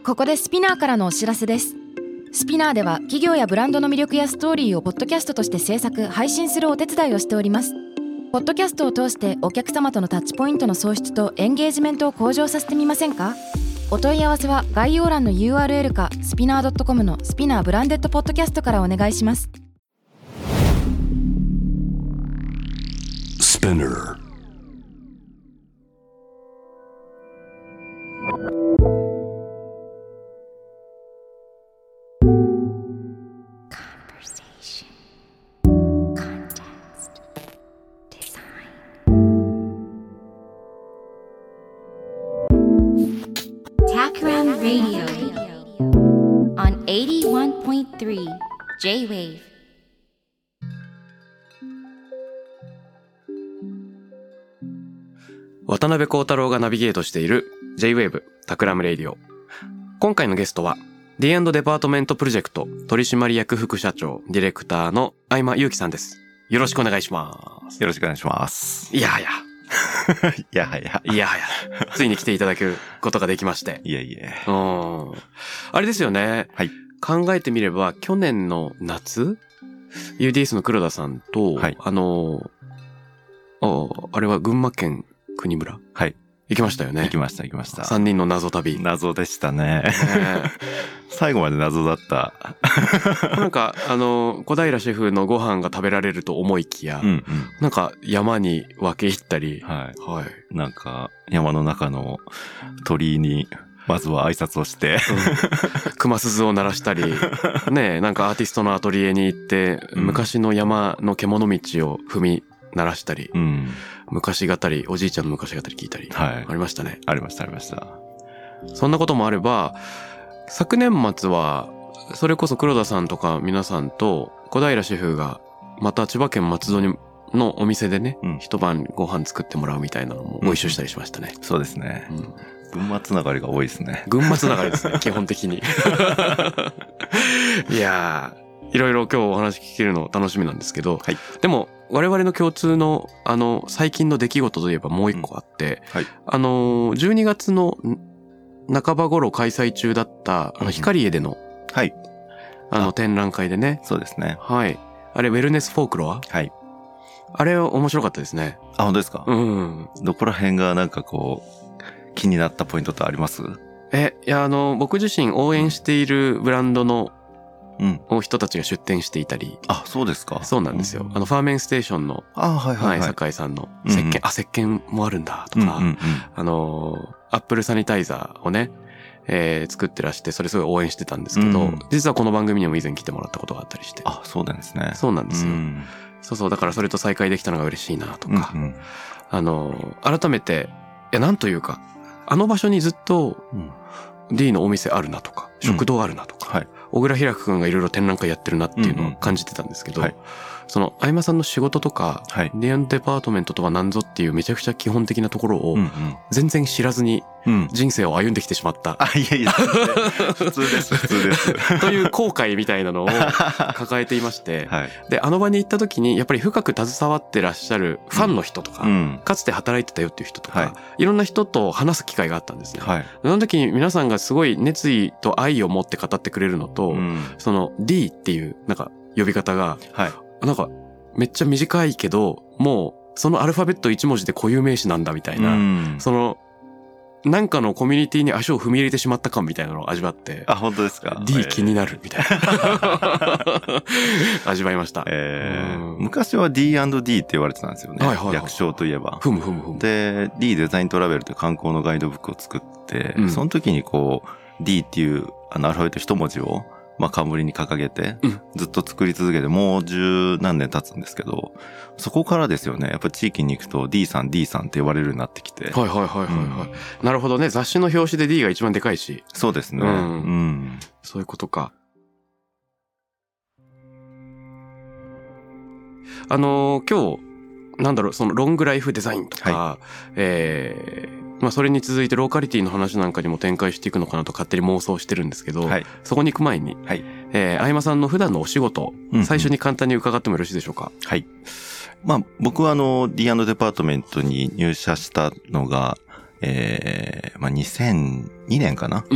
ここでスピナーからのお知らせです。スピナーでは企業やブランドの魅力やストーリーをポッドキャストとして制作・配信するお手伝いをしております。ポッドキャストを通してお客様とのタッチポイントの創出とエンゲージメントを向上させてみませんか？お問い合わせは概要欄の URL かスピナー .com のスピナーブランデッドポッドキャストからお願いします。 Spinner Takran Radio on 81.3 J-Wave。 渡辺幸太郎がナビゲートしている J-Wave タクラムレイディオ。今回のゲストは D& デパートメントプロジェクト取締役副社長ディレクターの相間祐樹さんです。よろしくお願いします。 よろしくお願いします。 いやはやいやはや。 いやはや。ついに来ていただくことができまして。 いえいえ。 あれですよね。 はい。 考えてみれば、去年の夏 UDS の黒田さんと、 はい、 あれは群馬県国村。 はい。 行きましたよね。 行きました。 3人の謎旅。 謎でしたね。最後まで謎だった。 なんか、小平シェフのご飯が食べられると思いきや、なんか山に分け入ったり、 はい。なんか、山の中の鳥居に、まずは挨拶をして、 熊鈴を鳴らしたり、ね、なんかアーティストのアトリエに行って、昔の山の獣道を踏み鳴らしたり、昔語り、おじいちゃんの昔語り聞いたり、ありましたね。 ありました。 そんなこともあれば、昨年末は、それこそ黒田さんとか皆さんと小平シェフが、また千葉県松戸のお店でね、一晩ご飯作ってもらうみたいなのもご一緒したりしましたね。 そうですね。群馬つながりが多いですね。 群馬つながりですね、基本的に。いやー、いろいろ今日お話聞けるの楽しみなんですけど、はい、でも我々の共通の最近の出来事といえばもう一個あって、はい、12月の半ば頃開催中だった光家での、はい、展覧会でね。 そうですね。 はい。あれウェルネスフォークロア？はい。あれ面白かったですね。 あ、本当ですか？どこら辺がなんかこう気になったポイントってあります？ いや僕自身応援しているブランドの人たちが出店していたり。 あ、そうですか。 そうなんですよ。ファーメンステーションの、酒井さんの石鹸、石鹸もあるんだとか、アップルサニタイザーをね、作ってらして、それすごい応援してたんですけど、実はこの番組にも以前来てもらったことがあったりして。 あ、そうなんですね。 そうなんですよ。そう、だからそれと再会できたのが嬉しいなとか、改めて、いや、なんというか、あの場所にずっと D のお店あるなとか、食堂あるなとか、小倉平くんがいろいろ展覧会やってるなっていうのを感じてたんですけど、その相間さんの仕事とか、D& デパートメントとは何ぞっていうめちゃくちゃ基本的なところを全然知らずに人生を歩んできてしまった。 いや普通です。 という後悔みたいなのを抱えていまして、で、あの場に行った時にやっぱり深く携わってらっしゃるファンの人とか、かつて働いてたよっていう人とか、いろんな人と話す機会があったんですね。その時に皆さんがすごい熱意と愛を持って語ってくれるのと、その D っていうなんか呼び方が、なんかめっちゃ短いけど、もうそのアルファベット1文字で固有名詞なんだみたいな、そのなんかのコミュニティに足を踏み入れてしまった感みたいなのを味わって。 あ、本当ですか？ D 気になるみたいな。味わいました。 昔は D&D って言われてたんですよね。略称といえば。で、D デザイントラベルという観光のガイドブックを作って、その時にこう、D っていうアルファベット一文字を、冠に掲げて、ずっと作り続けて、もう十何年経つんですけど、そこからですよね。やっぱ地域に行くと D さんって言われるようになってきて。 なるほどね。雑誌の表紙で D が一番でかいし。 そうですね。 そういうことか。今日、そのロングライフデザインとか、それに続いてローカリティの話なんかにも展開していくのかなと勝手に妄想してるんですけど、そこに行く前に、相間さんの普段のお仕事、最初に簡単に伺ってもよろしいでしょうか？ はい。僕はD& デパートメントに入社したのが、2002年かな、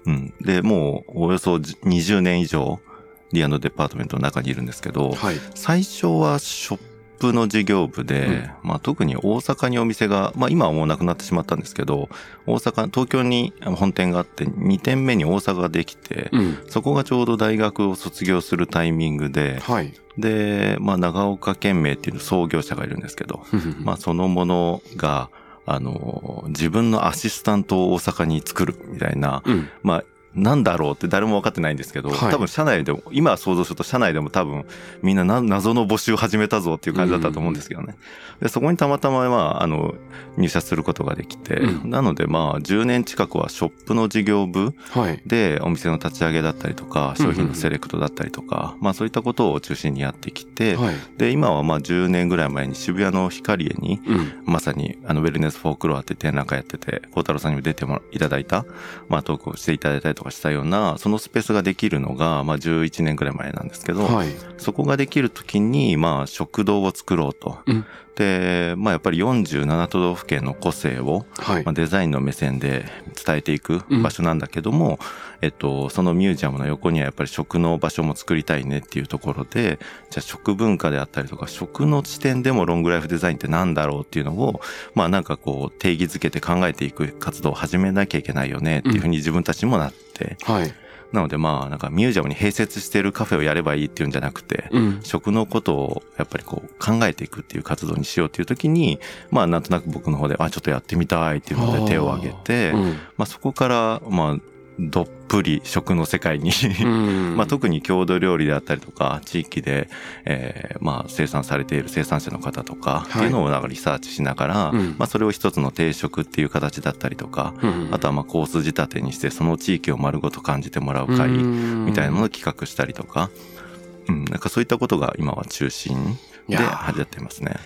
で、もうおよそ20年以上、D&デパートメントの中にいるんですけど、最初はショップの事業部で、特に大阪にお店が、今はもうなくなってしまったんですけど、東京に本店があって2店目に大阪ができて、そこがちょうど大学を卒業するタイミングで、で、長岡健明っていう創業者がいるんですけど、そのものが、自分のアシスタントを大阪に作るみたいな、なんだろうって誰も分かってないんですけど、多分社内でも、今想像すると社内でも多分みんな謎の募集を始めたぞっていう感じだったと思うんですけどね。で、そこにたまたま入社することができて、なので10年近くはショップの事業部でお店の立ち上げだったりとか、商品のセレクトだったりとか、そういったことを中心にやってきて、で、今は10年ぐらい前に渋谷のヒカリエに、まさにウェルネスフォークロアって展覧会やってて、孝太郎さんにも出ていただいた、トークをしていただいたりとかしたような、そのスペースができるのが、11年くらい前なんですけど、そこができるときに、食堂を作ろうと。で、やっぱり47都道府県の個性を、デザインの目線で伝えていく場所なんだけども、そのミュージアムの横にはやっぱり食の場所も作りたいねっていうところで、じゃあ食文化であったりとか、食の視点でもロングライフデザインってなんだろうっていうのを、定義づけて考えていく活動を始めなきゃいけないよねっていうふうに自分たちもなって、なのでミュージアムに併設しているカフェをやればいいっていうんじゃなくて、食のことをやっぱり考えていくっていう活動にしようっていう時に、なんとなく僕の方で、ちょっとやってみたいっていうので手を挙げて、そこから、どっぷり食の世界に特に郷土料理であったりとか、地域で、生産されている生産者の方とかっていうのをリサーチしながら、それを一つの定食っていう形だったりとか、あとはコース仕立てにしてその地域を丸ごと感じてもらう会みたいなものを企画したりとか、そういったことが今は中心でやっていますね。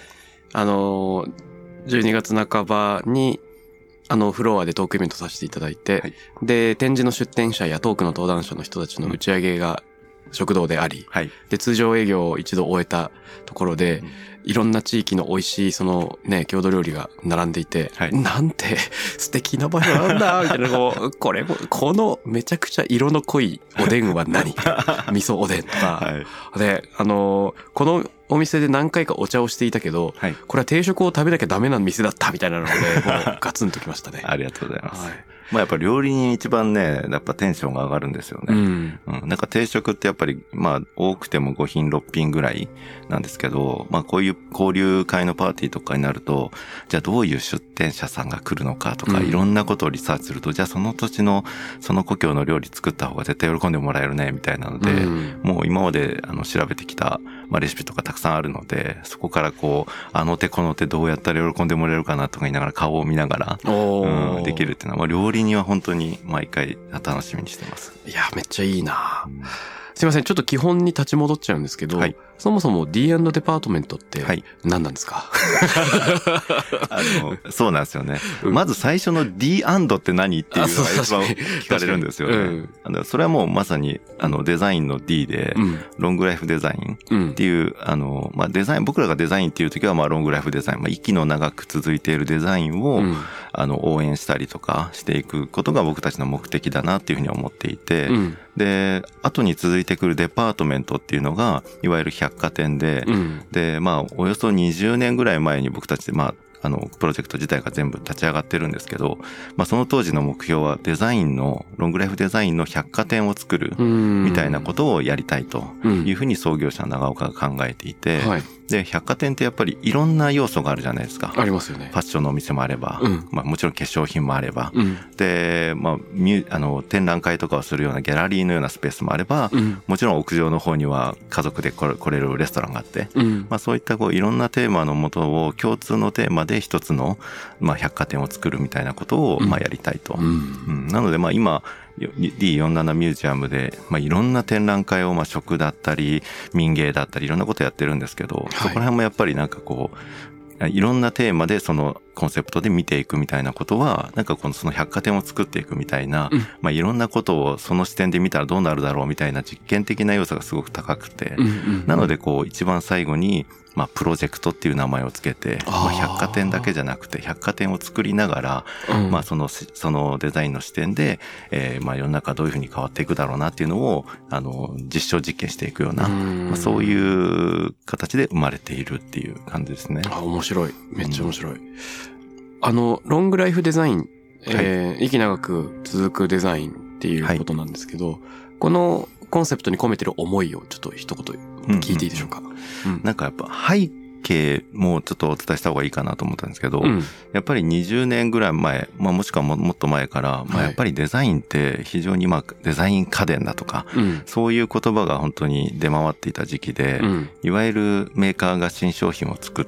12月半ばにフロアでトークイベントさせていただいて、で、展示の出展者やトークの登壇者の人たちの打ち上げが食堂であり、で、通常営業を一度終えたところで、いろんな地域の美味しい郷土料理が並んでいて、なんて素敵な場所なんだみたいな、このめちゃくちゃ色の濃いおでんは何味噌おでんとか、で、このお店で何回かお茶をしていたけど、これは定食を食べなきゃダメな店だったみたいなので、もうガツンときましたね。 ありがとうございます。やっぱ料理人一番ね、やっぱテンションが上がるんですよね。定食ってやっぱり、多くても5品6品ぐらいなんですけど、こういう交流会のパーティーとかになると、じゃあどういう出店者さんが来るのかとか、いろんなことをリサーチすると、じゃあその土地の、その故郷の料理作った方が絶対喜んでもらえるね、みたいなので、もう今まで調べてきた、レシピとかたくさんあるので、そこからあの手この手どうやったら喜んでもらえるかなとか言いながら顔を見ながら、できるっていうのは、料理人は本当に毎回楽しみにしてます。 いや、めっちゃいいな。すいません、ちょっと基本に立ち戻っちゃうんですけど、そもそも D& デパートメントって何なんですか？ そうなんですよね。まず最初の D& って何っていうのが一番聞かれるんですよね。それはもうまさにデザインの D で、ロングライフデザインっていう、デザイン、僕らがデザインっていう時はロングライフデザイン、息の長く続いているデザインを、応援したりとかしていくことが僕たちの目的だなっていうふうに思っていて、で、後に続いてくるデパートメントっていうのが、いわゆる百貨店で、で、およそ20年ぐらい前に僕たちで、プロジェクト自体が全部立ち上がってるんですけど、その当時の目標はロングライフデザインの百貨店を作るみたいなことをやりたいというふうに創業者長岡が考えていて、で、百貨店ってやっぱりいろんな要素があるじゃないですか。 ありますよね。 ファッションのお店もあれば、もちろん化粧品もあれば、で、展覧会とかをするようなギャラリーのようなスペースもあれば、もちろん屋上の方には家族で来れるレストランがあって、そういったいろんなテーマのもとを共通のテーマで一つの、百貨店を作るみたいなことを、やりたいと。なので、今、D47 ミュージアムで、いろんな展覧会を、食だったり、民芸だったり、いろんなことやってるんですけど、そこら辺もやっぱりいろんなテーマでそのコンセプトで見ていくみたいなことは、その百貨店を作っていくみたいな、いろんなことをその視点で見たらどうなるだろうみたいな実験的な要素がすごく高くて、なので一番最後に、 プロジェクトっていう名前をつけて、百貨店だけじゃなくて百貨店を作りながら、そのデザインの視点で、世の中どういうふうに変わっていくだろうなっていうのを実証実験していくような、そういう形で生まれているっていう感じですね。 面白い。めっちゃ面白い。ロングライフデザイン、息長く続くデザインっていうことなんですけど、このコンセプトに込めてる思いをちょっと一言聞いていいでしょうか。 なんかやっぱ背景もちょっとお伝えした方がいいかなと思ったんですけど、やっぱり20年ぐらい前、もしくはもっと前から、やっぱりデザインって非常にデザイン家電だとか、そういう言葉が本当に出回っていた時期で、いわゆるメーカーが新商品を作って、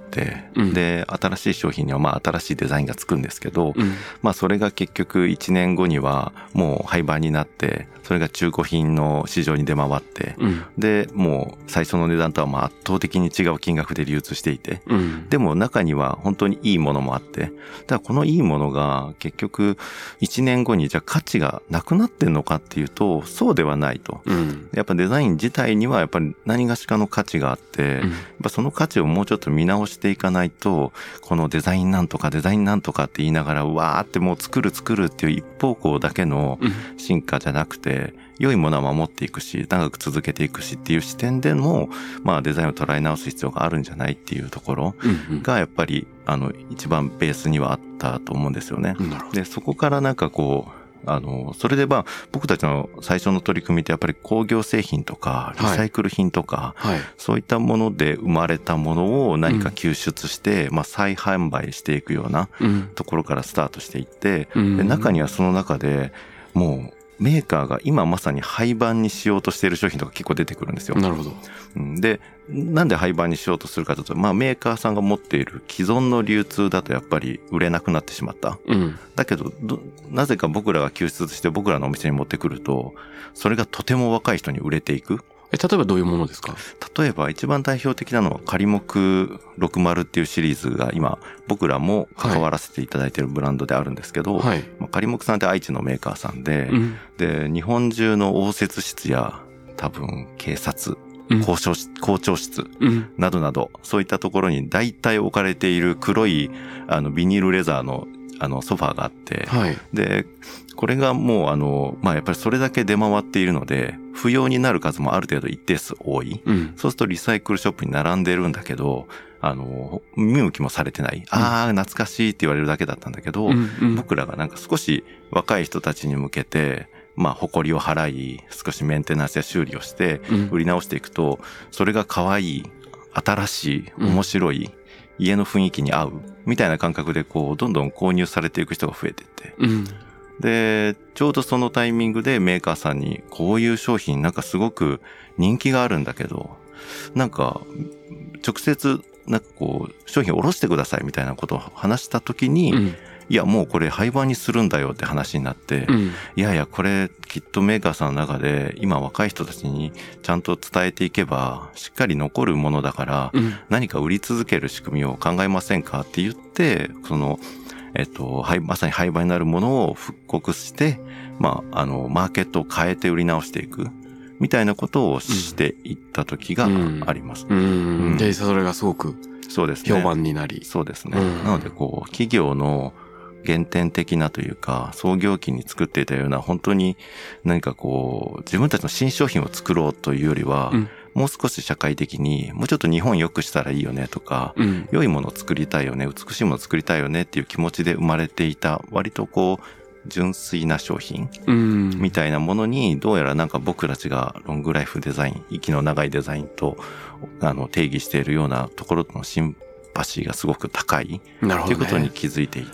で、新しい商品には新しいデザインがつくんですけど、それが結局1年後にはもう廃盤になって、それが中古品の市場に出回って、で、もう最初の値段とは圧倒的に違う金額で流通していて、でも中には本当にいいものもあって、だからこのいいものが結局1年後にじゃあ価値がなくなってんのかっていうと、そうではないと。やっぱデザイン自体にはやっぱり何がしかの価値があって、やっぱその価値をもうちょっと見直していかないと、このデザインなんとかデザインなんとかって言いながら、わーってもう作るっていう一方向だけの進化じゃなくて、良いものは守っていくし、長く続けていくしっていう視点でも、デザインを捉え直す必要があるんじゃないっていうところが、やっぱり、一番ベースにはあったと思うんですよね。で、そこからなんかそれで僕たちの最初の取り組みってやっぱり工業製品とか、リサイクル品とか、そういったもので生まれたものを何か抽出して、再販売していくようなところからスタートしていって、で中にはその中でもう、メーカーが今まさに廃盤にしようとしている商品とか結構出てくるんですよ。 なるほど。 で、なんで廃盤にしようとするかというと、メーカーさんが持っている既存の流通だとやっぱり売れなくなってしまった。だけど、なぜか僕らが抽出して僕らのお店に持ってくると、それがとても若い人に売れていく。 例えばどういうものですか？ 例えば一番代表的なのは仮木60っていうシリーズが今僕らも関わらせていただいているブランドであるんですけど、仮木さんって愛知のメーカーさんで、で、日本中の応接室や多分警察、校長室などなど、そういったところに大体置かれている黒いビニールレザーのソファーがあって、で、これがもうやっぱりそれだけ出回っているので、不要になる数もある程度一定数多い。そうするとリサイクルショップに並んでるんだけど、見向きもされてない。懐かしいって言われるだけだったんだけど、僕らがなんか少し若い人たちに向けて、埃を払い、少しメンテナンスや修理をして、売り直していくと、それが可愛い、新しい、面白い、家の雰囲気に合う、みたいな感覚でどんどん購入されていく人が増えていって。で、ちょうどそのタイミングでメーカーさんに、こういう商品なんかすごく人気があるんだけど、なんか、直接、商品を下ろしてくださいみたいなことを話したときに、いや、もうこれ廃盤にするんだよって話になって、いやいや、これきっとメーカーさんの中で今若い人たちにちゃんと伝えていけばしっかり残るものだから、何か売り続ける仕組みを考えませんかって言って、まさに廃盤になるものを復刻して、マーケットを変えて売り直していく。みたいなことをしていった時があります。 で、それがすごく評判になり。 そうですね。なので、企業の原点的なというか、創業期に作っていたような、本当に何か自分たちの新商品を作ろうというよりは、もう少し社会的に、もうちょっと日本良くしたらいいよねとか、良いものを作りたいよね、美しいものを作りたいよねっていう気持ちで生まれていた、割と純粋な商品みたいなものに、どうやらなんか僕たちがロングライフデザイン、息の長いデザインと定義しているようなところとのシンパシーがすごく高いということに気づいていって、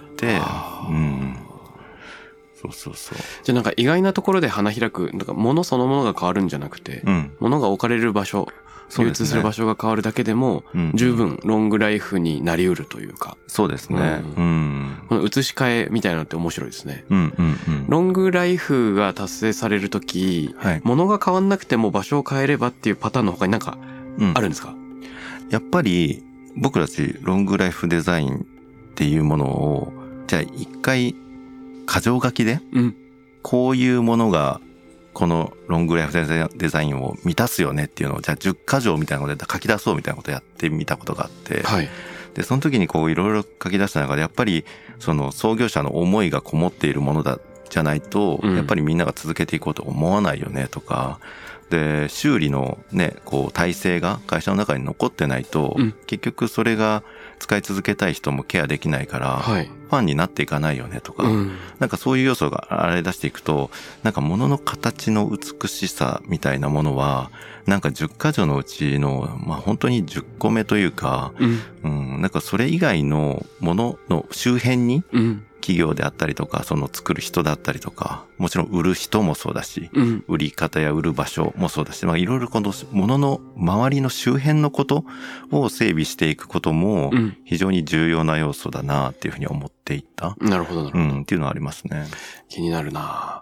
そう。 じゃあなんか意外なところで花開く、なんか物そのものが変わるんじゃなくて、物が置かれる場所、流通する場所が変わるだけでも、十分ロングライフになり得るというか。 そうですね。 この移し替えみたいなのって面白いですね。ロングライフが達成されるとき、物が変わんなくても場所を変えればっていうパターンの他になんかあるんですか？ やっぱり僕たちロングライフデザインっていうものを、じゃあ一回箇条書きで、こういうものがこのロングライフデザインを満たすよねっていうのを、じゃあ10箇条みたいなことで書き出そうみたいなことをやってみたことがあって、はい、で、その時にこういろいろ書き出した中で、やっぱりその創業者の思いがこもっているものじゃないと、やっぱりみんなが続けていこうと思わないよねとか、で、修理のね、こう体制が会社の中に残ってないと、結局それが使い続けたい人もケアできないから、はい、ファンになっていかないよねとか、なんかそういう要素が洗い出していくと、なんか物の形の美しさみたいなものは、なんか10箇条のうちの、まあ本当に10個目というか、なんかそれ以外のものの周辺に、企業であったりとか、その作る人だったりとか、もちろん売る人もそうだし、売り方や売る場所もそうだし、まあいろいろこの物の周りの周辺のことを整備していくことも非常に重要な要素だなっていうふうに思っていた。 なるほどなるほど。 っていうのはありますね。 気になるな。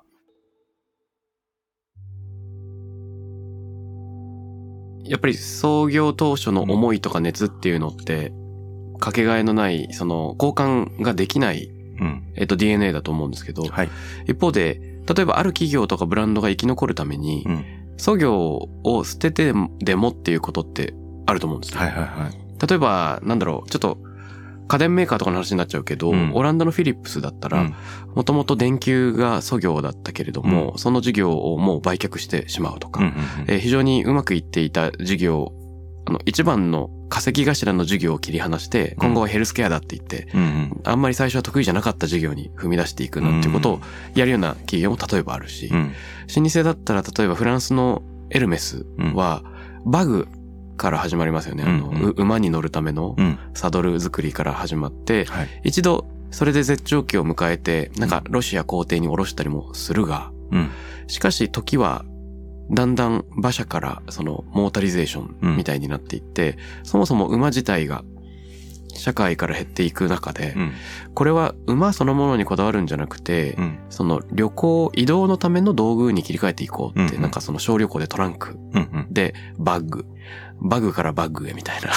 やっぱり創業当初の思いとか熱っていうのって、かけがえのない、その交換ができないDNA だと思うんですけど、はい、一方で、例えばある企業とかブランドが生き残るために、創業を捨ててでもっていうことってあると思うんですよ。はいはいはい、例えば、なんだろう、ちょっと家電メーカーとかの話になっちゃうけど、オランダのフィリップスだったら、もともと電球が創業だったけれども、その事業をもう売却してしまうとか、非常にうまくいっていた事業、一番の稼ぎ頭の事業を切り離して、今後はヘルスケアだって言って、あんまり最初は得意じゃなかった事業に踏み出していくなんていうことをやるような企業も例えばあるし、老舗だったら例えばフランスのエルメスはバグから始まりますよね。馬に乗るためのサドル作りから始まって、一度それで絶頂期を迎えて、なんかロシア皇帝に下ろしたりもするが、しかし時はだんだん馬車からそのモータリゼーションみたいになっていって、そもそも馬自体が社会から減っていく中で、これは馬そのものにこだわるんじゃなくて、その移動のための道具に切り替えていこうって、なんかその小旅行でトランクでバグからバッグへみたいな。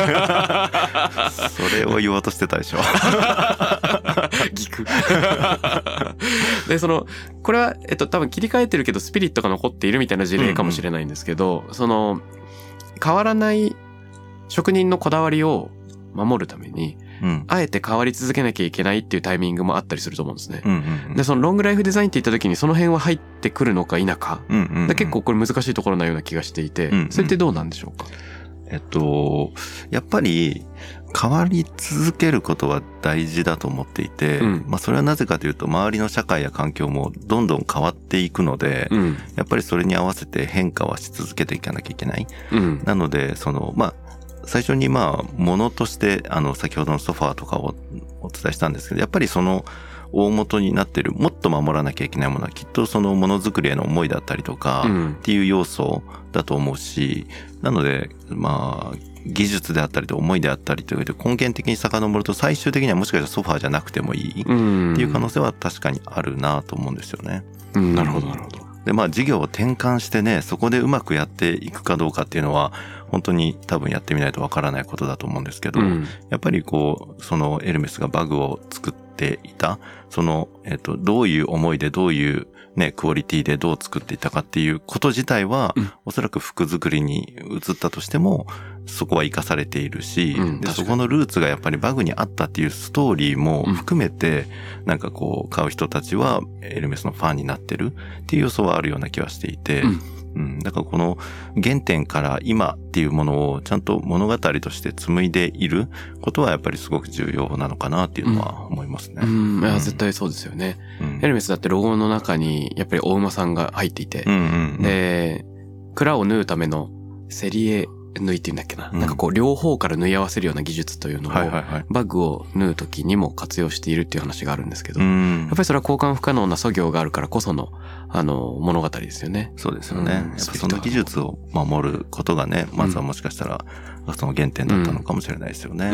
それを言おうとしてたでしょ。 ギク。で、これは、多分切り替えてるけどスピリットが残っているみたいな事例かもしれないんですけど、変わらない職人のこだわりを守るために、あえて変わり続けなきゃいけないっていうタイミングもあったりすると思うんですね。で、そのロングライフデザインって言った時にその辺は入ってくるのか否か、で結構これ難しいところなような気がしていて、それってどうなんでしょうか？ やっぱり変わり続けることは大事だと思っていて、まあそれはなぜかというと周りの社会や環境もどんどん変わっていくので、やっぱりそれに合わせて変化はし続けていかなきゃいけない。なので、まあ最初に物として先ほどのソファーとかをお伝えしたんですけど、やっぱりその大元になっているもっと守らなきゃいけないものはきっとそのものづくりへの思いだったりとかっていう要素だと思うし、なので技術であったりと思いであったりという根源的に遡ると最終的にはもしかしたらソファーじゃなくてもいいっていう可能性は確かにあるなと思うんですよね。 なるほどなるほど。 で事業を転換してね、そこでうまくやっていくかどうかっていうのは本当に多分やってみないとわからないことだと思うんですけど、やっぱりそのエルメスがバグを作っていたどういう思いでどういうねクオリティでどう作っていたかっていうこと自体は、おそらく服作りに移ったとしてもそこは生かされているし、でそこのルーツがやっぱりバグにあったっていうストーリーも含めて、なんか買う人たちはエルメスのファンになってるっていう要素はあるような気はしていて、だからこの原点から今っていうものをちゃんと物語として紡いでいることはやっぱりすごく重要なのかなっていうのは思いますね。 いや絶対そうですよね。エルメスだってロゴの中にやっぱりお馬さんが入っていて、で蔵を縫うためのセリエ縫いっていうんだっけな、なんか両方から縫い合わせるような技術というのをバッグを縫う時にも活用しているっていう話があるんですけど、やっぱりそれは交換不可能な作業があるからこその物語ですよね。 そうですよね。やっぱその技術を守ることがね、まずはもしかしたらその原点だったのかもしれないですよね。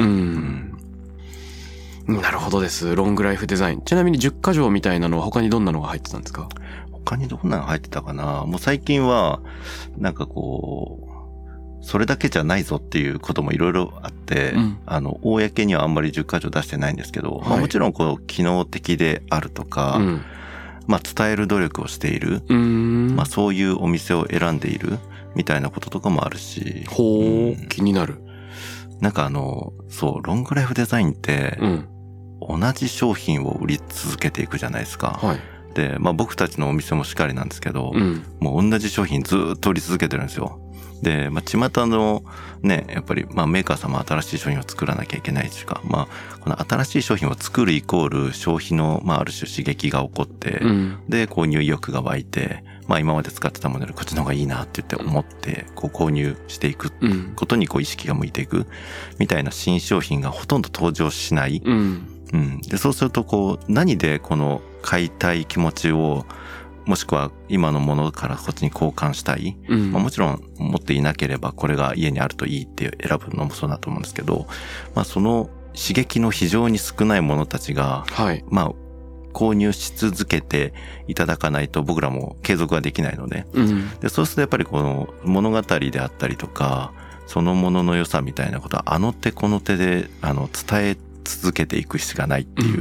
なるほどです。ロングライフデザイン。ちなみに10箇条みたいなのは他にどんなのが入ってたんですか？ 他にどんなの入ってたかな。もう最近はなんかそれだけじゃないぞっていうこともいろいろあって、公にはあんまり10箇条出してないんですけど、もちろん機能的であるとか、 伝える努力をしている。そういうお店を選んでいるみたいなこととかもあるし。 気になる。 なんかそう、ロングライフデザインって、同じ商品を売り続けていくじゃないですか。はい。で、僕たちのお店もしっかりなんですけど、もう同じ商品ずっと売り続けてるんですよ。で、巷のね、やっぱり、メーカーさんも新しい商品を作らなきゃいけないというか、この新しい商品を作るイコール消費の、ある種刺激が起こって、で、購入意欲が湧いて、今まで使ってたものよりこっちの方がいいなって言って思って、購入していくことに意識が向いていく、みたいな新商品がほとんど登場しない。で、そうすると何でこの買いたい気持ちを、もしくは今のものからこっちに交換したい。もちろん持っていなければこれが家にあるといいって選ぶのもそうだと思うんですけど、その刺激の非常に少ないものたちが、購入し続けていただかないと僕らも継続はできないので、でそうするとやっぱりこの物語であったりとか、そのものの良さみたいなことは手この手で伝え続けていくしかないっていう。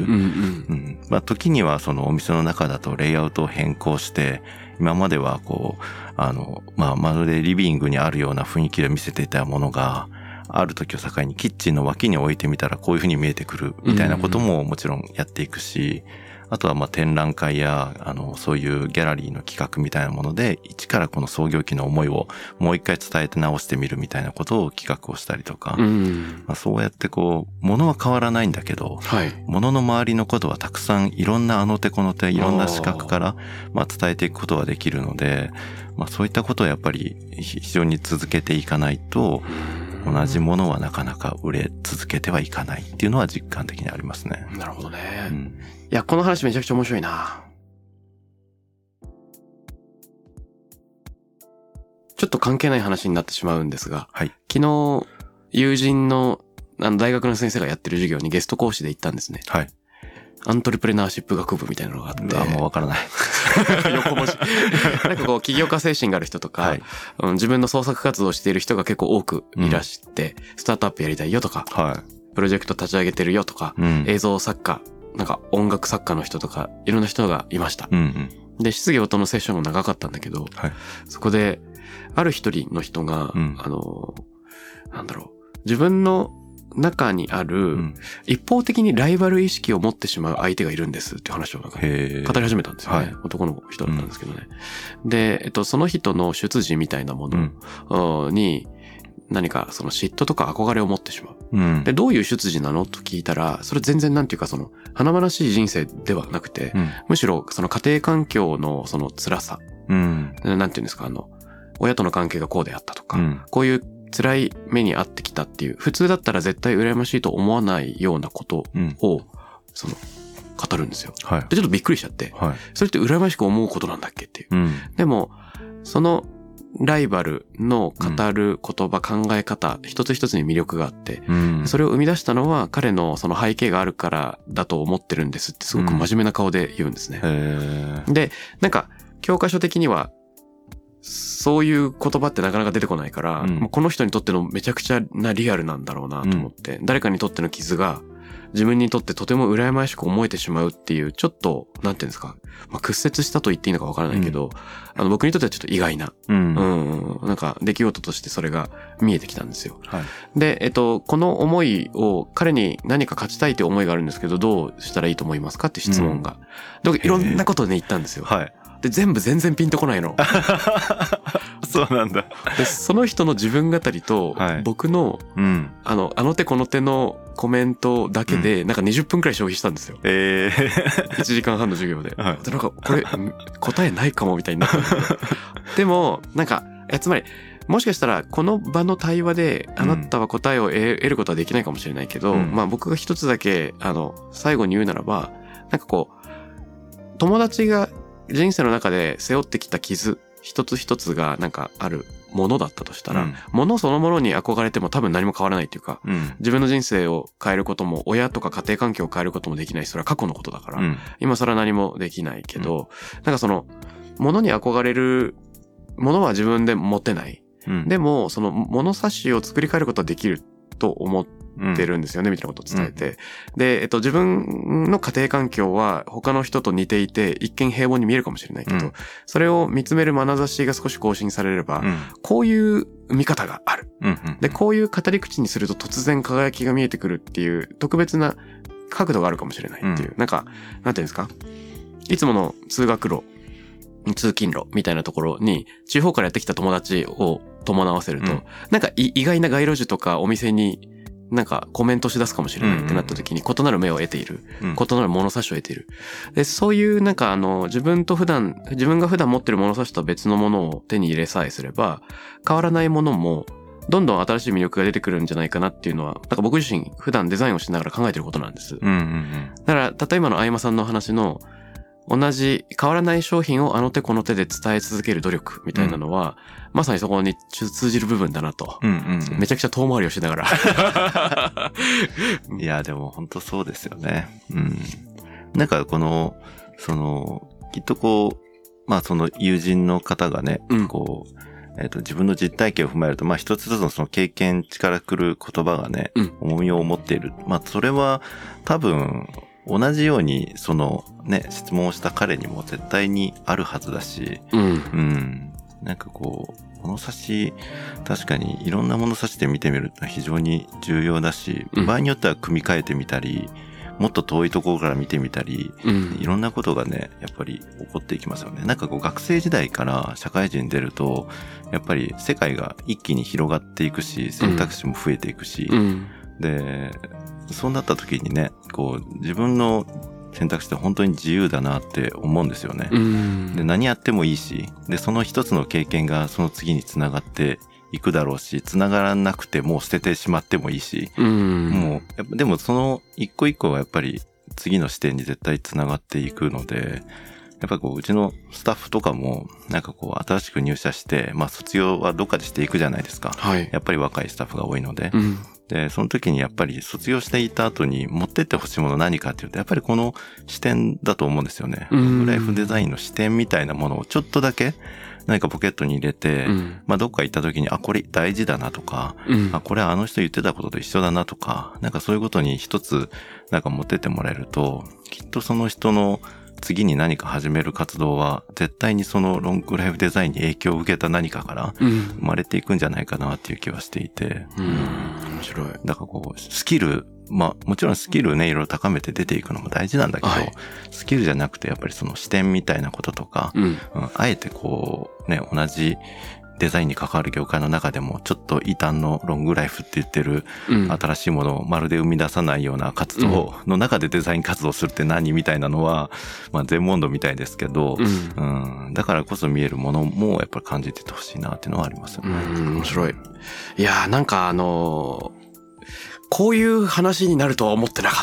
時にはそのお店の中だとレイアウトを変更して、今まではまるでリビングにあるような雰囲気で見せていたものが、ある時を境にキッチンの脇に置いてみたらこういう風に見えてくるみたいなことももちろんやっていくし、あとは展覧会やそういうギャラリーの企画みたいなもので一からこの創業期の思いをもう一回伝えて直してみるみたいなことを企画をしたりとか、そうやって物は変わらないんだけど、物の周りのことはたくさんいろんな手この手いろんな視覚から伝えていくことができるので、そういったことをやっぱり非常に続けていかないと同じものはなかなか売れ続けてはいかないっていうのは実感的にありますね。 なるほどね。いや、この話めちゃくちゃ面白いな。ちょっと関係ない話になってしまうんですが、昨日友人の大学の先生がやってる授業にゲスト講師で行ったんですね。アントレプレナーシップ学部みたいなのがあって。 もうわからない。 横文字。なんか起業家精神がある人とか、自分の創作活動をしている人が結構多くいらして、スタートアップやりたいよとか、プロジェクト立ち上げてるよとか、映像作家、なんか音楽作家の人とか、いろんな人がいました。で、質疑応答のセッションも長かったんだけど、そこで、ある一人の人が、自分の中にある、一方的にライバル意識を持ってしまう相手がいるんですっていう話を語り始めたんですよね。男の人だったんですけどね。で、その人の出自みたいなものに、何かその嫉妬とか憧れを持ってしまう。で、どういう出自なのと聞いたら、それ全然なんていうか華々しい人生ではなくて、むしろその家庭環境のその辛さ。なんていうんですか、親との関係がこうであったとか、こういう辛い目に遭ってきたっていう、普通だったら絶対羨ましいと思わないようなことを、語るんですよ。で、ちょっとびっくりしちゃって、それって羨ましく思うことなんだっけっていう。でも、そのライバルの語る言葉、考え方、一つ一つに魅力があって、それを生み出したのは彼のその背景があるからだと思ってるんですってすごく真面目な顔で言うんですね。で、なんか、教科書的には、そういう言葉ってなかなか出てこないから、この人にとってのめちゃくちゃなリアルなんだろうなと思って、誰かにとっての傷が自分にとってとても羨ましく思えてしまうっていう、ちょっと、なんていうんですか、屈折したと言っていいのかわからないけど、僕にとってはちょっと意外な、なんか出来事としてそれが見えてきたんですよ。で、この思いを彼に何か勝ちたいという思いがあるんですけど、どうしたらいいと思いますかって質問が。いろんなことで言ったんですよ。で、全然ピンとこないの。 そうなんだ。 で、その人の自分語りと、僕の、手この手のコメントだけで、なんか20分くらい消費したんですよ。1時間半の授業で。なんか、これ、答えないかもみたいになったんですよ。でも、なんか、つまり、もしかしたら、この場の対話で、あなたは答えを得ることはできないかもしれないけど、僕が一つだけ、最後に言うならば、なんか友達が、人生の中で背負ってきた傷一つ一つがなんかあるものだったとしたら、物そのものに憧れても多分何も変わらないっていうか、自分の人生を変えることも親とか家庭環境を変えることもできないし、それは過去のことだから、今更何もできないけど、なんか物に憧れるものは自分で持てない。でも物差しを作り変えることはできると思ってるんですよね、みたいなことを伝えて。で、自分の家庭環境は他の人と似ていて、一見平凡に見えるかもしれないけど、それを見つめる眼差しが少し更新されれば、こういう見方がある。で、こういう語り口にすると突然輝きが見えてくるっていう特別な角度があるかもしれないっていう。なんか、なんていうんですか？いつもの通勤路みたいなところに地方からやってきた友達を伴わせると、なんか意外な街路樹とかお店になんかコメントし出すかもしれないってなった時に異なる目を得ている、異なる物差しを得ている。で、そういうなんか自分が普段持ってる物差しとは別のものを手に入れさえすれば、変わらないものもどんどん新しい魅力が出てくるんじゃないかなっていうのは、なんか僕自身普段デザインをしながら考えてることなんです。だから、例えばの相馬さんの話の、同じ変わらない商品をあの手この手で伝え続ける努力みたいなのは、まさにそこに通じる部分だなと。めちゃくちゃ遠回りをしながら。 いや、でも本当そうですよね。なんかきっとこう、まあその友人の方がね、こう、自分の実体験を踏まえると、まあ一つずつのその経験から来る言葉がね、重みを持っている。まあそれは多分、同じように、そのね、質問をした彼にも絶対にあるはずだし、なんかこう、物差し、確かにいろんな物差しで見てみると非常に重要だし、場合によっては組み替えてみたり、もっと遠いところから見てみたり、いろんなことがね、やっぱり起こっていきますよね。なんかこう学生時代から社会人に出ると、やっぱり世界が一気に広がっていくし、選択肢も増えていくし、で、そうなった時にね、こう自分の選択肢って本当に自由だなって思うんですよね。で、何やってもいいし、で、その一つの経験がその次につながっていくだろうし、つながらなくてもう捨ててしまってもいいし、もう、でもその一個一個がやっぱり次の視点に絶対つながっていくので、やっぱりこう、うちのスタッフとかも、なんかこう、新しく入社して、まあ卒業はどっかでしていくじゃないですか。やっぱり若いスタッフが多いので。で、その時にやっぱり卒業していた後に持ってってほしいもの何かっていうと、やっぱりこの視点だと思うんですよね。ライフデザインの視点みたいなものをちょっとだけ何かポケットに入れて、まあどっか行った時に、あ、これ大事だなとか、あ、これあの人言ってたことと一緒だなとか、なんかそういうことに一つなんか持ってってもらえると、きっとその人の次に何か始める活動は絶対にそのロングライフデザインに影響を受けた何かから生まれていくんじゃないかなっていう気はしていて。 面白い。 だからこう、スキル、まあもちろんスキルね、いろいろ高めて出ていくのも大事なんだけど、スキルじゃなくてやっぱりその視点みたいなこととか、あえてこうね、同じデザインに関わる業界の中でもちょっと異端のロングライフって言ってる新しいものをまるで生み出さないような活動の中でデザイン活動するって何みたいなのは、まあ全問答みたいですけど、だからこそ見えるものもやっぱり感じててほしいなっていうのはありますよね。 面白い。いやーなんかこういう話になるとは思ってなかった。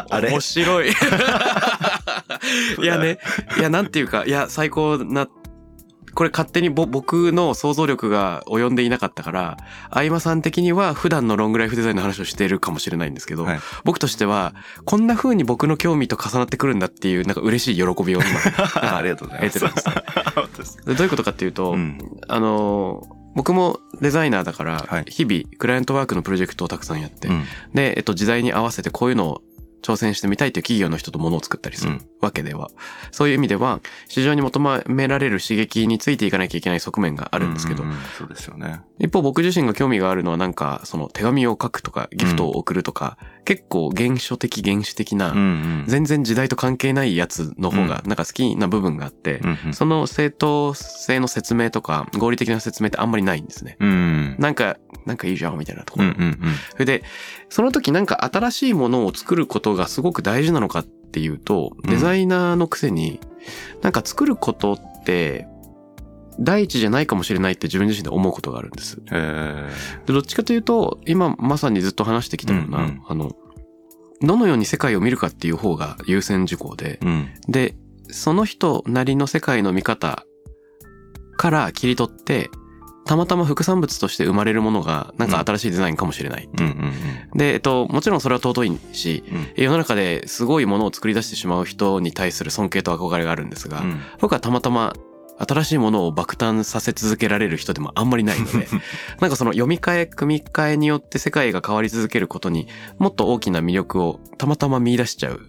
あれ面白い。いやね、いやなんていうか、いや最高な、これ勝手に僕の想像力が及んでいなかったから、相馬さん的には普段のロングライフデザインの話をしているかもしれないんですけど、僕としてはこんな風に僕の興味と重なってくるんだっていうなんか嬉しい喜びを今ありがとうございます。 得てるんです。どういうことかっていうと、僕もデザイナーだから、日々クライアントワークのプロジェクトをたくさんやって、で、時代に合わせてこういうのを挑戦してみたいという企業の人と物を作ったりするわけでは、そういう意味では市場に求められる刺激についていかなきゃいけない側面があるんですけど、 そうですよね。 一方僕自身が興味があるのはなんかその手紙を書くとかギフトを送るとか、結構原始的な、全然時代と関係ないやつの方がなんか好きな部分があって、その正当性の説明とか合理的な説明ってあんまりないんですね。なんかいいじゃんみたいなところ。それでその時なんか新しいものを作ることがすごく大事なのかっていうと、デザイナーのくせになんか作ることって第一じゃないかもしれないって自分自身で思うことがあるんです。でどっちかというと今まさにずっと話してきたような、どのように世界を見るかっていう方が優先事項で、でその人なりの世界の見方から切り取ってたまたま副産物として生まれるものがなんか新しいデザインかもしれないっていう。で、もちろんそれは尊いし、世の中ですごいものを作り出してしまう人に対する尊敬と憧れがあるんですが、僕はたまたま新しいものを爆誕させ続けられる人でもあんまりないので、なんかその読み替え、組み替えによって世界が変わり続けることにもっと大きな魅力をたまたま見出しちゃう、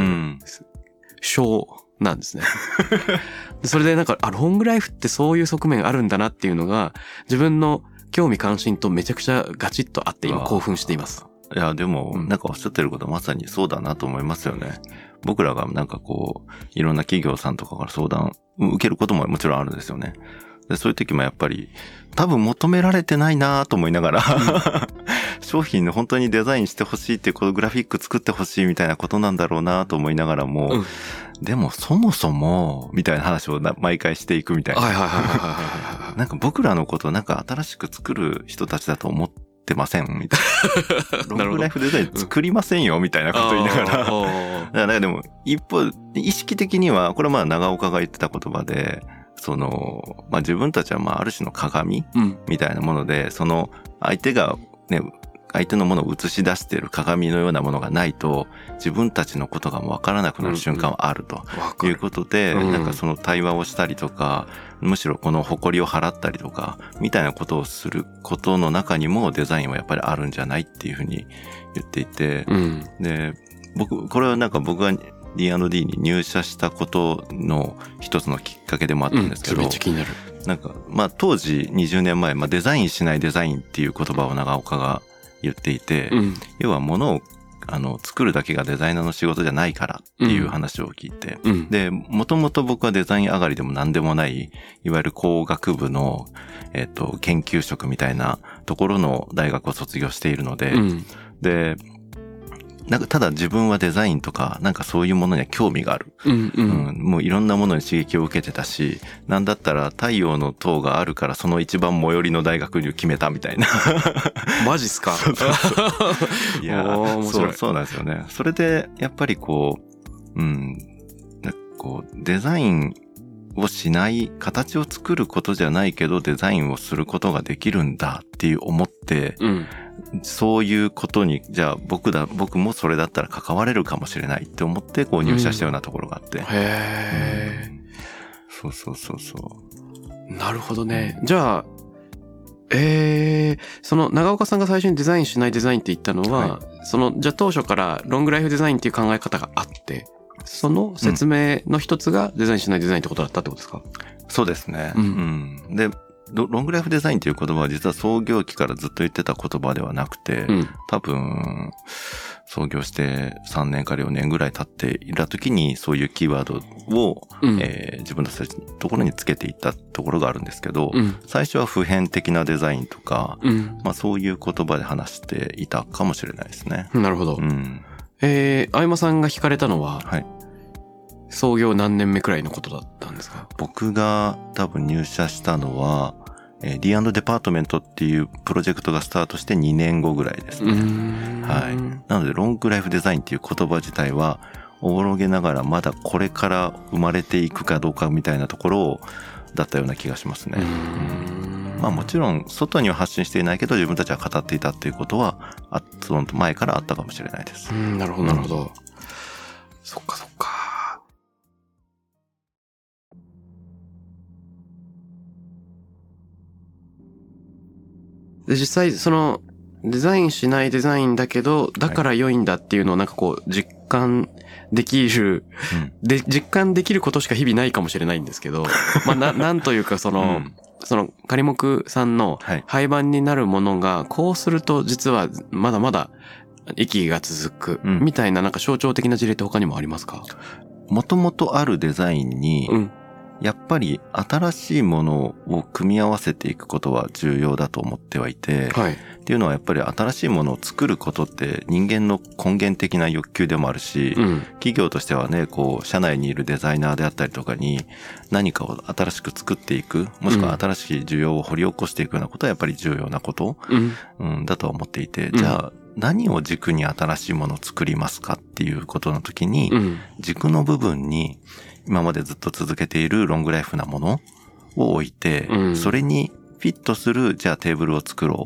章なんですね。それでなんか、ロングライフってそういう側面あるんだなっていうのが、自分の興味関心とめちゃくちゃガチッとあって今興奮しています。 いや、でも、なんかおっしゃってることはまさにそうだなと思いますよね。僕らがなんかこう、いろんな企業さんとかから相談を受けることももちろんあるんですよね。で、そういう時もやっぱり、多分求められてないなと思いながら、商品の本当にデザインしてほしいっていう、このグラフィック作ってほしいみたいなことなんだろうなと思いながらも、でもそもそも、みたいな話を毎回していくみたいな。なんか僕らのことをなんか新しく作る人たちだと思ってませんみたいな。ロングライフデザイン作りませんよみたいなこと言いながら。だからでも一方、意識的には、これはまあ長岡が言ってた言葉で、まあ自分たちはまあある種の鏡みたいなもので、その相手がね、相手のものを映し出している鏡のようなものがないと自分たちのことがわからなくなる瞬間はあるということで、なんかその対話をしたりとか、むしろこの誇りを払ったりとかみたいなことをすることの中にもデザインはやっぱりあるんじゃないっていうふうに言っていて、で、これはなんか僕がD&D に入社したことの一つのきっかけでもあったんですけど、 めっちゃ気になる。 なんかまあ当時20年前、まあデザインしないデザインっていう言葉を長岡が言っていて、要は物を作るだけがデザイナーの仕事じゃないからっていう話を聞いて、で、もともと僕はデザイン上がりでも何でもない、いわゆる工学部の、研究職みたいなところの大学を卒業しているので、で、なんかただ自分はデザインとかなんかそういうものには興味がある、もういろんなものに刺激を受けてたし、なんだったら太陽の塔があるからその一番最寄りの大学に決めたみたいな。 マジっすか。 いや、そうなんですよね。それでやっぱりこうデザインをしない、形を作ることじゃないけどデザインをすることができるんだっていう思って、そういうことに、じゃあ僕もそれだったら関われるかもしれないって思ってこう入社したようなところがあって。そう。 なるほどね。じゃあ、その長岡さんが最初にデザインしないデザインって言ったのは、じゃあ当初からロングライフデザインっていう考え方があって、その説明の一つがデザインしないデザインってことだったってことですか？ そうですね。で、ロングライフデザインという言葉は実は創業期からずっと言ってた言葉ではなくて、多分創業して3年から4年ぐらい経っていた時にそういうキーワードを、自分たちのところにつけていったところがあるんですけど、最初は普遍的なデザインとか、まあそういう言葉で話していたかもしれないですね。 なるほど。相馬さんが惹かれたのは、創業何年目くらいのことだったんですか？ 僕が多分入社したのは、D& デパートメントっていうプロジェクトがスタートして2年後ぐらいですね。なのでロングライフデザインっていう言葉自体はおぼろげながらまだこれから生まれていくかどうかみたいなところだったような気がしますね。まあもちろん外には発信していないけど自分たちは語っていたっていうことはその前からあったかもしれないです。 なるほどなるほど。そっか。で実際そのデザインしないデザインだけどだから良いんだっていうのをなんかこう実感できる、実感できることしか日々ないかもしれないんですけど、まあなんというかその仮目さんの廃盤になるものがこうすると実はまだまだ息が続くみたいななんか象徴的な事例って他にもありますか？ もともとあるデザインに、やっぱり新しいものを組み合わせていくことは重要だと思ってはいて、っていうのはやっぱり新しいものを作ることって人間の根源的な欲求でもあるし、企業としてはね、こう社内にいるデザイナーであったりとかに何かを新しく作っていく、もしくは新しい需要を掘り起こしていくようなことはやっぱり重要なこと、だとは思っていて、じゃあ何を軸に新しいものを作りますかっていうことの時に、軸の部分に今までずっと続けているロングライフなものを置いて、それにフィットするじゃあテーブルを作ろう。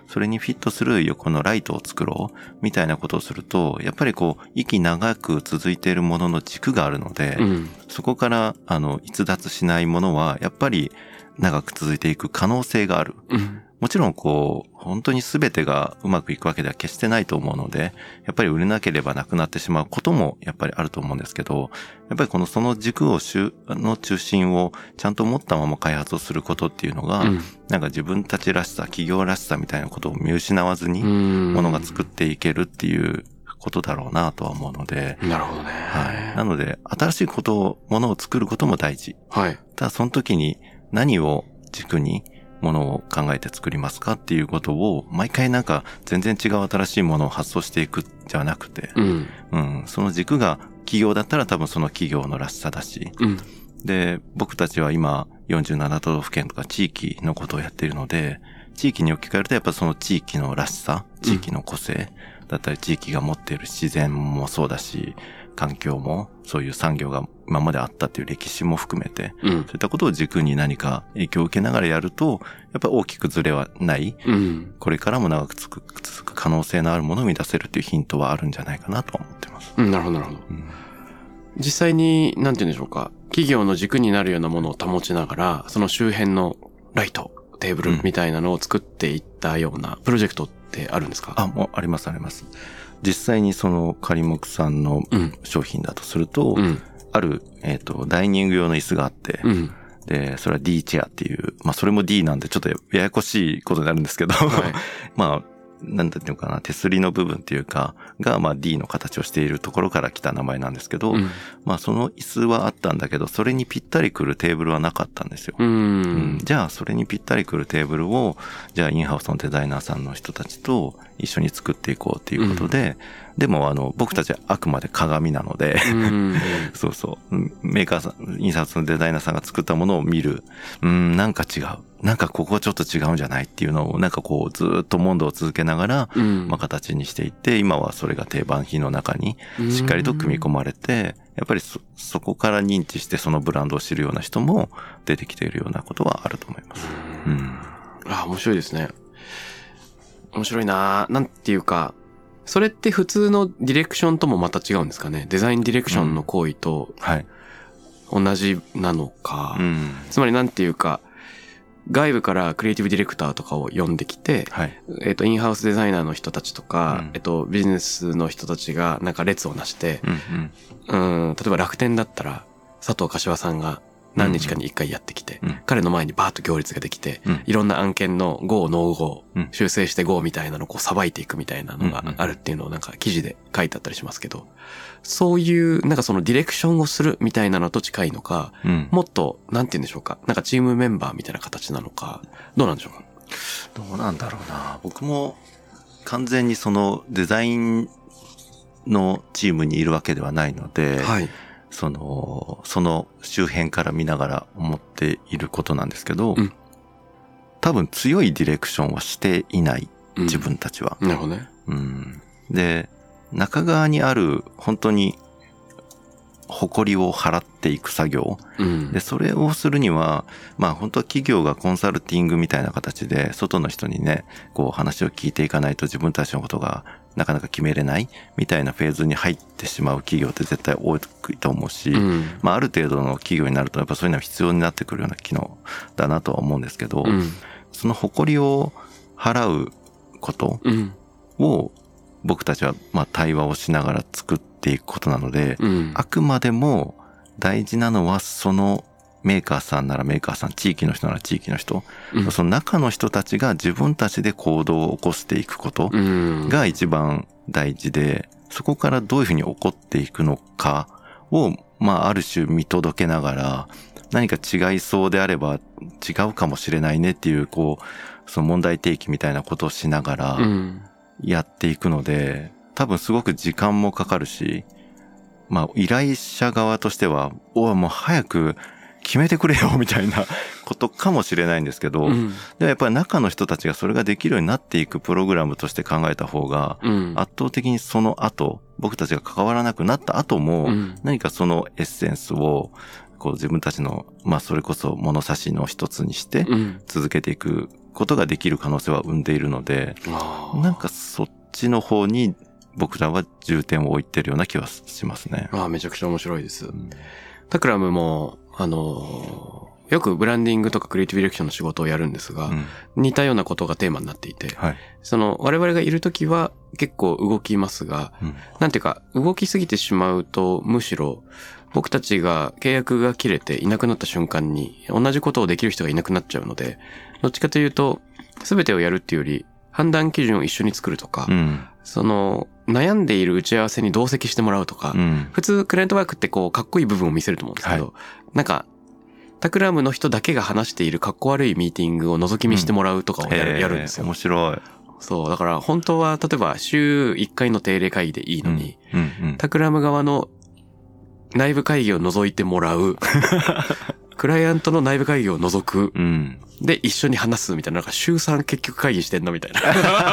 それにフィットする横のライトを作ろうみたいなことをすると、やっぱりこう息長く続いているものの軸があるので、そこから逸脱しないものはやっぱり長く続いていく可能性がある。もちろんこう本当に全てがうまくいくわけでは決してないと思うので、やっぱり売れなければなくなってしまうこともやっぱりあると思うんですけど、やっぱりその軸の中心をちゃんと持ったまま開発をすることっていうのが、なんか自分たちらしさ、企業らしさみたいなことを見失わずにものが作っていけるっていうことだろうなとは思うので。 なるほどね。 はい。なので新しいものを作ることも大事。 はい。 ただその時に何を軸にものを考えて作りますかっていうことを毎回なんか全然違う新しいものを発想していくじゃなくて、その軸が企業だったら多分その企業のらしさだし、で僕たちは今47都道府県とか地域のことをやっているので、地域に置き換えるとやっぱその地域のらしさ、地域の個性だったり、地域が持っている自然もそうだし、環境もそういう産業が今まであったっていう歴史も含めて、そういったことを軸に何か影響を受けながらやると、やっぱり大きくずれはない、これからも長く続く可能性のあるものを生み出せるっていうヒントはあるんじゃないかなと思ってます。 なるほどなるほど。実際になんて言うんでしょうか、企業の軸になるようなものを保ちながら、その周辺のライト、テーブルみたいなのを作っていったようなプロジェクトってあるんですか？ もうありますあります。実際にその仮木さんの商品だとすると、ある、ダイニング用の椅子があって、で、それは D チェアっていう、それも D なんでちょっとややこしいことになるんですけど、なんていうのかな、手すりの部分っていうか、が、D の形をしているところから来た名前なんですけど、その椅子はあったんだけど、それにぴったり来るテーブルはなかったんですよ。じゃあ、それにぴったり来るテーブルを、じゃあ、インハウスのデザイナーさんの人たちと一緒に作っていこうっていうことで、でも、僕たちはあくまで鏡なので、そうそう、メーカーさん、インハウスのデザイナーさんが作ったものを見る、なんか違う。なんかここはちょっと違うんじゃないっていうのをなんかこうずっと問答を続けながら、形にしていって、今はそれが定番品の中にしっかりと組み込まれて、やっぱりそこから認知してそのブランドを知るような人も出てきているようなことはあると思います。 面白いですね。面白いな。なんていうか、それって普通のディレクションともまた違うんですかね。デザインディレクションの行為と同じなのか。つまりなんていうか、外部からクリエイティブディレクターとかを呼んできて、インハウスデザイナーの人たちとか、ビジネスの人たちがなんか列をなして、例えば楽天だったら佐藤柏さんが何日かに一回やってきて、彼の前にバーッと行列ができて、いろんな案件の GO、NO GO、修正して GO みたいなのをこうさばいていくみたいなのがあるっていうのをなんか記事で書いてあったりしますけど、そういうなんかそのディレクションをするみたいなのと近いのか、もっとなんて言うんでしょうか、なんかチームメンバーみたいな形なのか、どうなんでしょうか？ どうなんだろうな。僕も完全にそのデザインのチームにいるわけではないので、その周辺から見ながら思っていることなんですけど、多分強いディレクションはしていない、自分たちは。 なるほどね。 で、中側にある本当に誇りを払っていく作業、でそれをするには本当は企業がコンサルティングみたいな形で外の人にねこう話を聞いていかないと自分たちのことがなかなか決めれないみたいなフェーズに入ってしまう企業って絶対多いと思うし、ある程度の企業になるとやっぱそういうのは必要になってくるような機能だなとは思うんですけど、その誇りを払うことを僕たちは対話をしながら作っていくことなので、あくまでも大事なのはそのメーカーさんならメーカーさん、地域の人なら地域の人、その中の人たちが自分たちで行動を起こしていくことが一番大事で、そこからどういうふうに起こっていくのかをある種見届けながら、何か違いそうであれば違うかもしれないねっていうその問題提起みたいなことをしながらやっていくので、多分すごく時間もかかるし、依頼者側としてはもう早く決めてくれよみたいなことかもしれないんですけど、でもやっぱり中の人たちがそれができるようになっていくプログラムとして考えた方が、圧倒的にその後、僕たちが関わらなくなった後も、何かそのエッセンスを自分たちのそれこそ物差しの一つにして続けていくことができる可能性は生んでいるので、なんかそっちの方に僕らは重点を置いてるような気はしますね。 めちゃくちゃ面白いです。タクラムも、よくブランディングとかクリエイティブディレクションの仕事をやるんですが、似たようなことがテーマになっていて、我々がいるときは結構動きますが、なんていうか、動きすぎてしまうと、むしろ僕たちが契約が切れていなくなった瞬間に同じことをできる人がいなくなっちゃうので、どっちかというと、すべてをやるっていうより、判断基準を一緒に作るとか、悩んでいる打ち合わせに同席してもらうとか、普通クライアントワークってこう、かっこいい部分を見せると思うんですけど、なんか、タクラムの人だけが話しているかっこ悪いミーティングを覗き見してもらうとかをやるんですよ。 面白い。 そう。だから本当は、例えば週1回の定例会議でいいのに、タクラム側の内部会議を覗いてもらう、クライアントの内部会議を覗く、で一緒に話すみたいな、なんか週3結局会議してんのみたいな。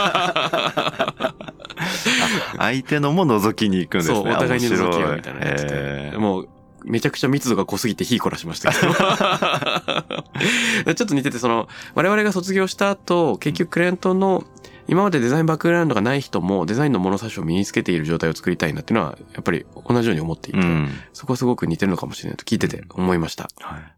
相手のも覗きに行くんですね。 そう、お互いに覗きようみたいなやつで。もう、めちゃくちゃ密度が濃すぎて火凝らしましたけど。ちょっと似てて、我々が卒業した後、結局クライアントの今までデザインバックグラウンドがない人もデザインの物差しを身につけている状態を作りたいなっていうのは、やっぱり同じように思っていて、そこはすごく似てるのかもしれないと聞いてて思いました。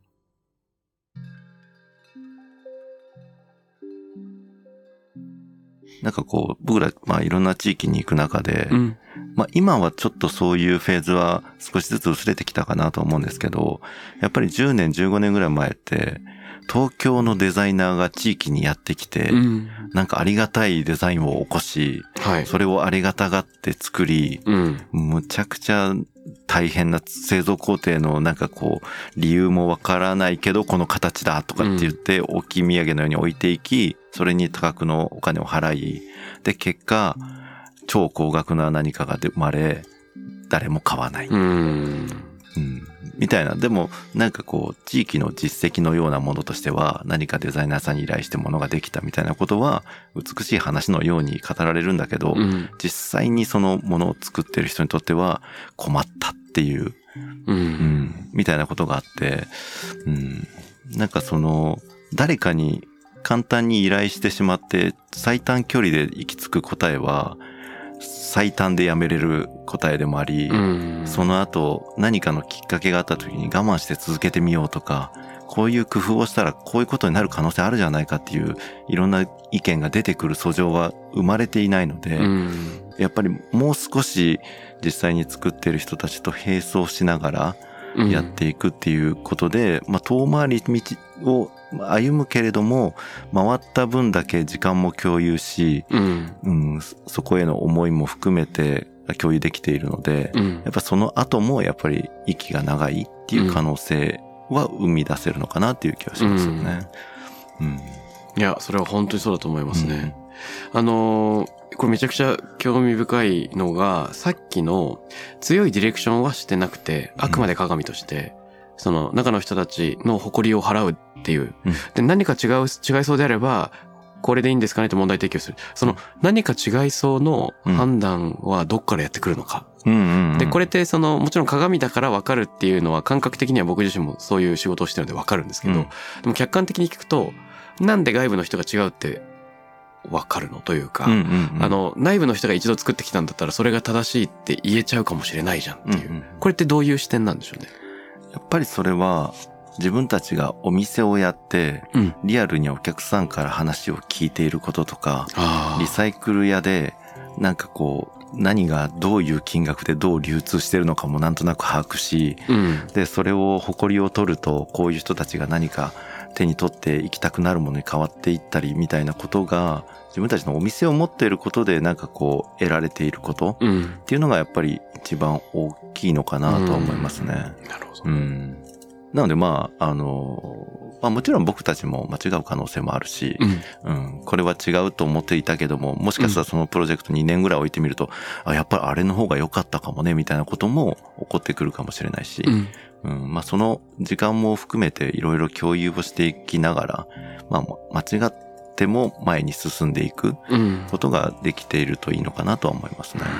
なんかこう、僕ら、いろんな地域に行く中で、今はちょっとそういうフェーズは少しずつ薄れてきたかなと思うんですけど、やっぱり10年、15年ぐらい前って、東京のデザイナーが地域にやってきて、なんかありがたいデザインを起こし、それをありがたがって作り、むちゃくちゃ大変な製造工程のなんかこう、理由もわからないけど、この形だとかって言って、大きい土産のように置いていき、それに多額のお金を払い、で、結果、超高額な何かが生まれ、誰も買わない。みたいな。でも、なんかこう、地域の実績のようなものとしては、何かデザイナーさんに依頼してものができたみたいなことは、美しい話のように語られるんだけど、実際にそのものを作ってる人にとっては、困ったっていう、みたいなことがあって、なんか誰かに簡単に依頼してしまって、最短距離で行き着く答えは、最短でやめれる答えでもあり、その後何かのきっかけがあった時に我慢して続けてみようとか、こういう工夫をしたらこういうことになる可能性あるじゃないかっていういろんな意見が出てくる訴状は生まれていないので、やっぱりもう少し実際に作ってる人たちと並走しながらやっていくっていうことで、遠回り道を歩むけれども、回った分だけ時間も共有し、そこへの思いも含めて共有できているので、やっぱその後もやっぱり息が長いっていう可能性は生み出せるのかなっていう気はしますよね。 いや、それは本当にそうだと思いますね。これめちゃくちゃ興味深いのが、さっきの強いディレクションはしてなくて、あくまで鏡として、中の人たちの誇りを払うっていう。で、何か違いそうであれば、これでいいんですかねって問題提起をする。何か違いそうの判断はどっからやってくるのか。で、これってもちろん鏡だから分かるっていうのは感覚的には僕自身もそういう仕事をしてるので分かるんですけど、でも客観的に聞くと、なんで外部の人が違うって分かるのというか、内部の人が一度作ってきたんだったらそれが正しいって言えちゃうかもしれないじゃんっていう。これってどういう視点なんでしょうね。 やっぱりそれは自分たちがお店をやって、リアルにお客さんから話を聞いていることとか、リサイクル屋でなんかこう何がどういう金額でどう流通してるのかもなんとなく把握し、でそれを誇りを取るとこういう人たちが何か手に取っていきたくなるものに変わっていったりみたいなことが、自分たちのお店を持っていることでなんかこう得られていることっていうのがやっぱり一番大きいのかなとは思いますね。 なるほど。 なのでもちろん僕たちも間違う可能性もあるし、これは違うと思っていたけども、もしかしたらそのプロジェクト2年ぐらい置いてみると、やっぱりあれの方が良かったかもねみたいなことも起こってくるかもしれないし、その時間も含めていろいろ共有をしていきながら、間違っても前に進んでいくことができているといいのかなとは思いますね。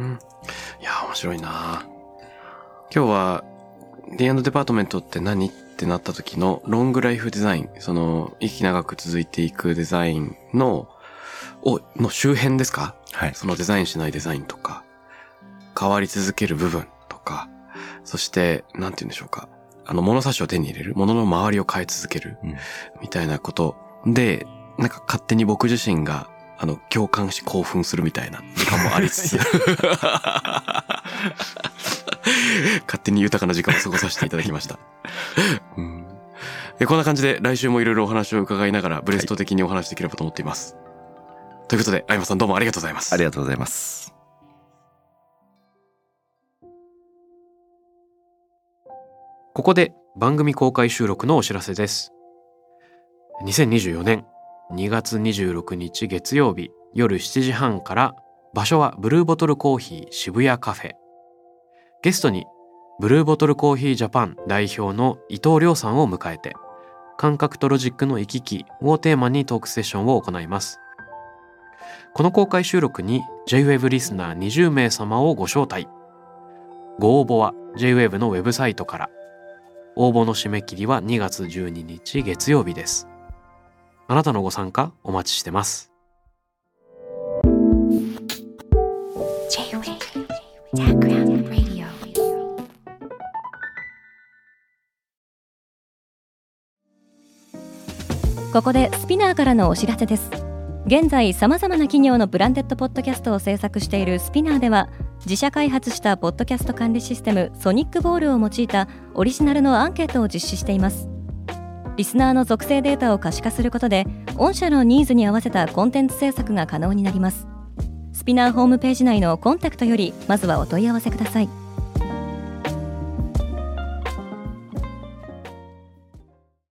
いや、面白いな。今日は D& デパートメントって何っってなった時のロングライフデザイン、その息長く続いていくデザインの周辺ですか？はい。そのデザインしないデザインとか、変わり続ける部分とか、そして、なんて言うんでしょうか。物差しを手に入れる、物の周りを変え続ける、みたいなことで、なんか勝手に僕自身が、共感し興奮するみたいな時間もありつつ、勝手に豊かな時間を過ごさせていただきました。こんな感じで来週もいろいろお話を伺いながらブレスト的にお話できればと思っています。ということで、相馬さんどうもありがとうございます。 ありがとうございます。 ここで番組公開収録のお知らせです。2024年2月26日月曜日夜7時半から、場所はブルーボトルコーヒー渋谷カフェ。ゲストにブルーボトルコーヒージャパン代表の伊藤亮さんを迎えて、感覚とロジックの行き来をテーマにトークセッションを行います。この公開収録に J-Wave リスナー20名様をご招待。ご応募は J-Wave のウェブサイトから。応募の締め切りは2月12日月曜日です。あなたのご参加お待ちしてます。 ここでスピナーからのお知らせです。現在さまざまな企業のブランデッドポッドキャストを制作しているスピナーでは、自社開発したポッドキャスト管理システムソニックボールを用いたオリジナルのアンケートを実施しています。リスナーの属性データを可視化することで、御社のニーズに合わせたコンテンツ制作が可能になります。スピナーホームページ内のコンタクトよりまずはお問い合わせください。